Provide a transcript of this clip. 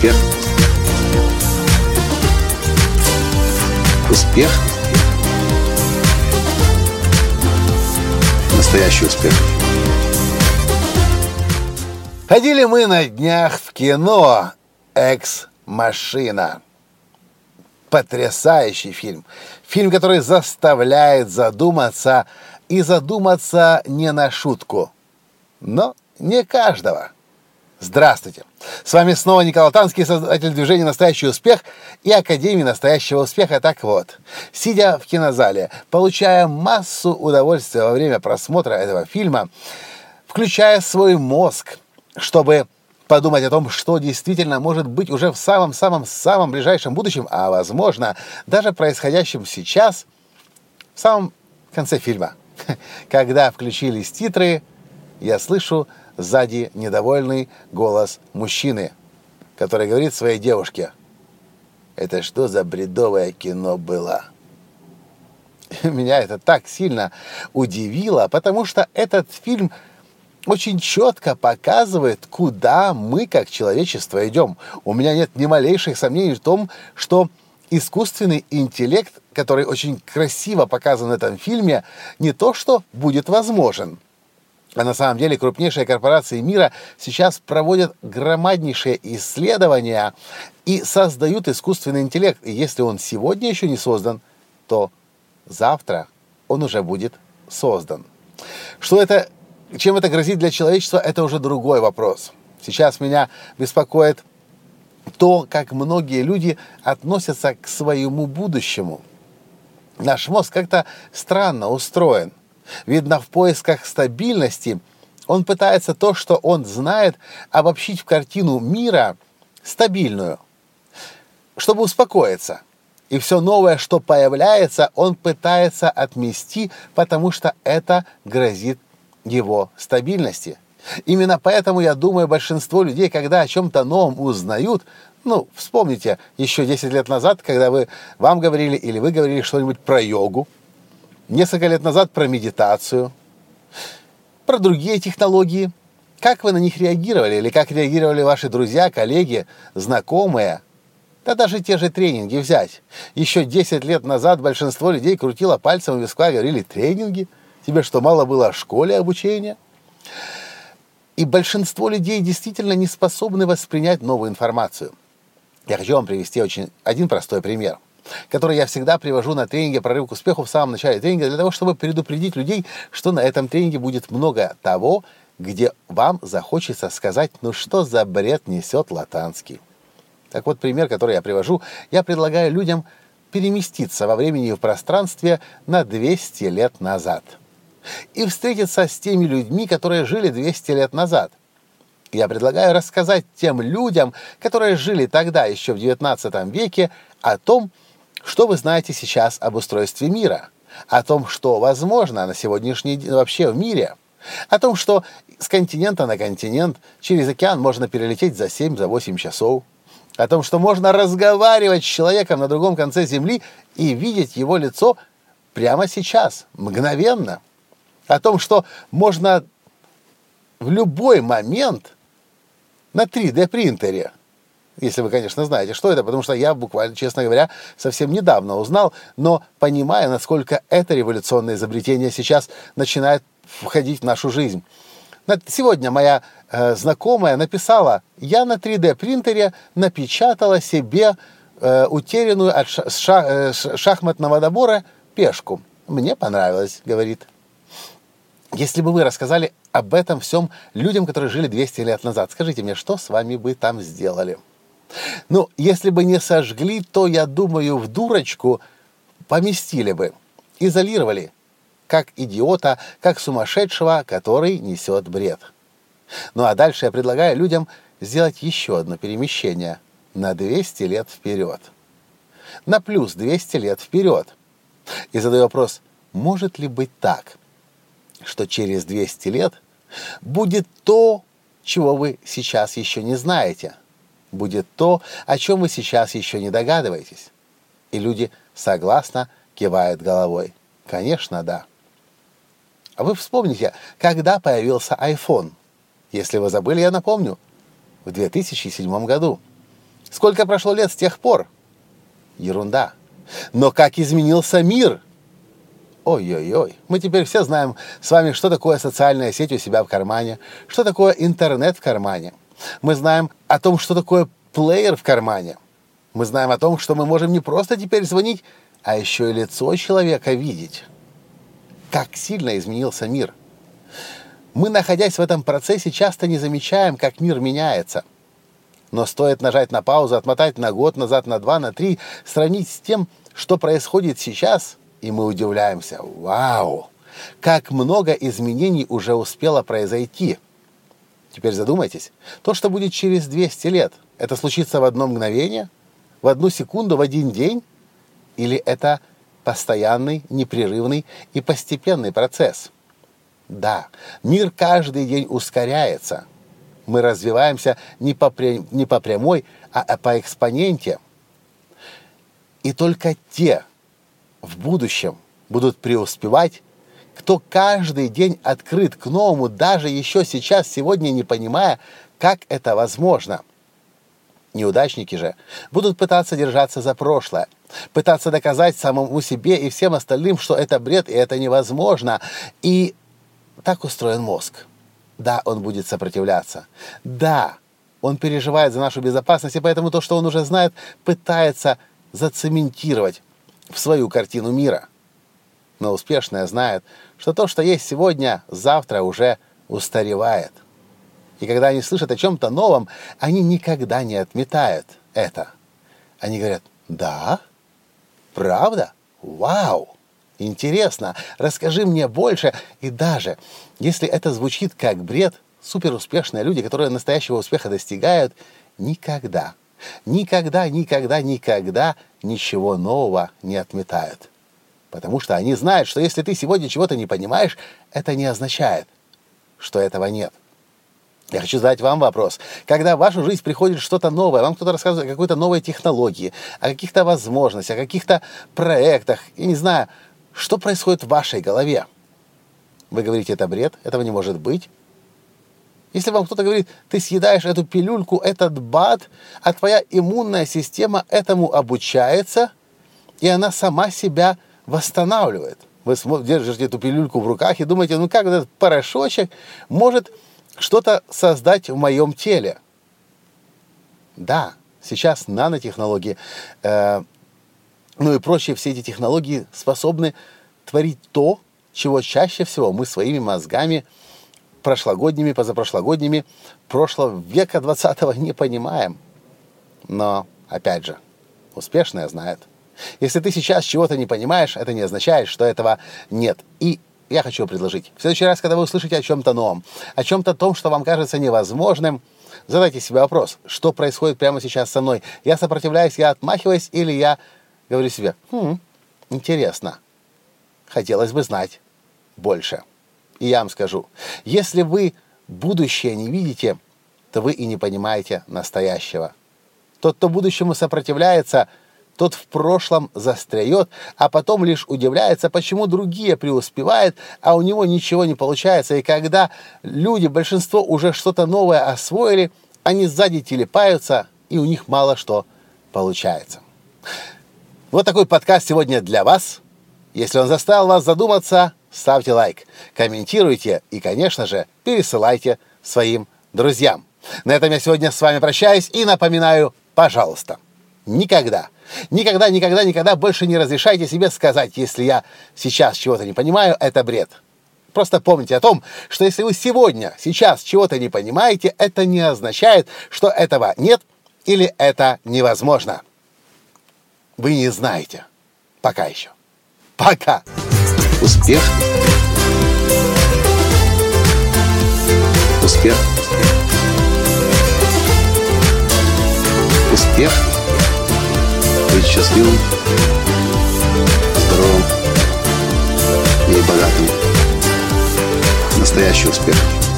Успех. Успех. Настоящий успех. Ходили мы на днях в кино «Экс-машина». Потрясающий фильм. Фильм, который заставляет задуматься, и задуматься не на шутку. Но не каждого. Здравствуйте! С вами снова Николай Латанский, создатель движения «Настоящий успех» и Академии настоящего успеха. Так вот, сидя в кинозале, получая массу удовольствия во время просмотра этого фильма, включая свой мозг, чтобы подумать о том, что действительно может быть уже в самом ближайшем будущем, а возможно, даже происходящем сейчас, в самом конце фильма. Когда включились титры, я слышу сзади недовольный голос мужчины, который говорит своей девушке: «Это что за бредовое кино было?» Меня это так сильно удивило, потому что этот фильм очень четко показывает, куда мы, как человечество, идем. У меня нет ни малейших сомнений в том, что искусственный интеллект, который очень красиво показан в этом фильме, не то что будет возможен. А на самом деле крупнейшие корпорации мира сейчас проводят громаднейшие исследования и создают искусственный интеллект. И если он сегодня еще не создан, то завтра он уже будет создан. Чем это грозит для человечества, это уже другой вопрос. Сейчас меня беспокоит то, как многие люди относятся к своему будущему. Наш мозг как-то странно устроен. Видно, в поисках стабильности он пытается то, что он знает, обобщить в картину мира стабильную, чтобы успокоиться. И все новое, что появляется, он пытается отмести, потому что это грозит его стабильности. Именно поэтому, я думаю, большинство людей, когда о чем-то новом узнают, вспомните, еще 10 лет назад, когда вам говорили или вы говорили что-нибудь про йогу, несколько лет назад про медитацию, про другие технологии, как вы на них реагировали, или как реагировали ваши друзья, коллеги, знакомые, да даже те же тренинги взять. Еще 10 лет назад большинство людей крутило пальцем у виска, говорили: тренинги? Тебе что, мало было в школе обучения? И большинство людей действительно не способны воспринять новую информацию. Я хочу вам привести один простой пример, который я всегда привожу на тренинге «Прорыв к успеху» в самом начале тренинга, для того, чтобы предупредить людей, что на этом тренинге будет много того, где вам захочется сказать: ну что за бред несет Латанский. Так вот, пример, который я привожу, я предлагаю людям переместиться во времени и в пространстве на 200 лет назад и встретиться с теми людьми, которые жили 200 лет назад. Я предлагаю рассказать тем людям, которые жили тогда, еще в 19 веке, о том, что вы знаете сейчас об устройстве мира, о том, что возможно на сегодняшний день вообще в мире, о том, что с континента на континент через океан можно перелететь за 7-8 часов, о том, что можно разговаривать с человеком на другом конце Земли и видеть его лицо прямо сейчас, мгновенно, о том, что можно в любой момент на 3D-принтере, если вы, конечно, знаете, что это, потому что я буквально, честно говоря, совсем недавно узнал, но понимая, насколько это революционное изобретение сейчас начинает входить в нашу жизнь. Сегодня моя знакомая написала: я на 3D-принтере напечатала себе утерянную от шахматного набора пешку. Мне понравилось, говорит. Если бы вы рассказали об этом всем людям, которые жили 200 лет назад, скажите мне, что с вами бы там сделали? Если бы не сожгли, то, я думаю, в дурочку поместили бы, изолировали, как идиота, как сумасшедшего, который несет бред. А дальше я предлагаю людям сделать еще одно перемещение на 200 лет вперед. На плюс 200 лет вперед. И задаю вопрос: может ли быть так, что через 200 лет будет то, чего вы сейчас еще не знаете? Будет то, о чем вы сейчас еще не догадываетесь? И люди согласно кивают головой. Конечно, да. А вы вспомните, когда появился iPhone. Если вы забыли, я напомню. В 2007 году. Сколько прошло лет с тех пор? Ерунда. Но как изменился мир? Ой-ой-ой. Мы теперь все знаем с вами, что такое социальная сеть у себя в кармане, что такое интернет в кармане. Мы знаем о том, что такое плеер в кармане. Мы знаем о том, что мы можем не просто теперь звонить, а еще и лицо человека видеть. Как сильно изменился мир. Мы, находясь в этом процессе, часто не замечаем, как мир меняется. Но стоит нажать на паузу, отмотать на год назад, на 2, на 3, сравнить с тем, что происходит сейчас, и мы удивляемся. Вау! Как много изменений уже успело произойти. Теперь задумайтесь. То, что будет через 200 лет, это случится в одно мгновение, в 1 секунду, в 1 день? Или это постоянный, непрерывный и постепенный процесс? Да, мир каждый день ускоряется. Мы развиваемся не по прямой, а по экспоненте. И только те в будущем будут преуспевать, кто каждый день открыт к новому, даже еще сейчас, сегодня не понимая, как это возможно. Неудачники же будут пытаться держаться за прошлое, пытаться доказать самому себе и всем остальным, что это бред и это невозможно. И так устроен мозг. Да, он будет сопротивляться. Да, он переживает за нашу безопасность, и поэтому то, что он уже знает, пытается зацементировать в свою картину мира. Но успешная знает, что то, что есть сегодня, завтра уже устаревает. И когда они слышат о чем-то новом, они никогда не отметают это. Они говорят: да? Правда? Вау! Интересно, расскажи мне больше. И даже если это звучит как бред, суперуспешные люди, которые настоящего успеха достигают, никогда ничего нового не отметают. Потому что они знают, что если ты сегодня чего-то не понимаешь, это не означает, что этого нет. Я хочу задать вам вопрос. Когда в вашу жизнь приходит что-то новое, вам кто-то рассказывает о какой-то новой технологии, о каких-то возможностях, о каких-то проектах, я не знаю, что происходит в вашей голове? Вы говорите: это бред, этого не может быть. Если вам кто-то говорит: ты съедаешь эту пилюльку, этот БАД, а твоя иммунная система этому обучается, и она сама себя восстанавливает. Вы держите эту пилюльку в руках и думаете: ну как этот порошочек может что-то создать в моем теле? Да, сейчас нанотехнологии, ну и прочие все эти технологии способны творить то, чего чаще всего мы своими мозгами прошлогодними, позапрошлогодними, прошлого века 20-го не понимаем. Но, опять же, успешная знает. Если ты сейчас чего-то не понимаешь, это не означает, что этого нет. И я хочу предложить. В следующий раз, когда вы услышите о чем-то новом, о чем-то том, что вам кажется невозможным, задайте себе вопрос: что происходит прямо сейчас со мной? Я сопротивляюсь, я отмахиваюсь, или я говорю себе: интересно, хотелось бы знать больше. И я вам скажу, если вы будущее не видите, то вы и не понимаете настоящего. Тот, кто будущему сопротивляется, тот в прошлом застряет, а потом лишь удивляется, почему другие преуспевают, а у него ничего не получается. И когда люди, большинство уже что-то новое освоили, они сзади телепаются, и у них мало что получается. Вот такой подкаст сегодня для вас. Если он заставил вас задуматься, ставьте лайк, комментируйте и, конечно же, пересылайте своим друзьям. На этом я сегодня с вами прощаюсь и напоминаю: пожалуйста, никогда больше не разрешайте себе сказать: если я сейчас чего-то не понимаю, это бред. Просто помните о том, что если вы сейчас чего-то не понимаете, это не означает, что этого нет или это невозможно. Вы не знаете. Пока еще. Пока. Успех. Успех. Успех. Быть счастливым, здоровым и богатым. Настоящий успех.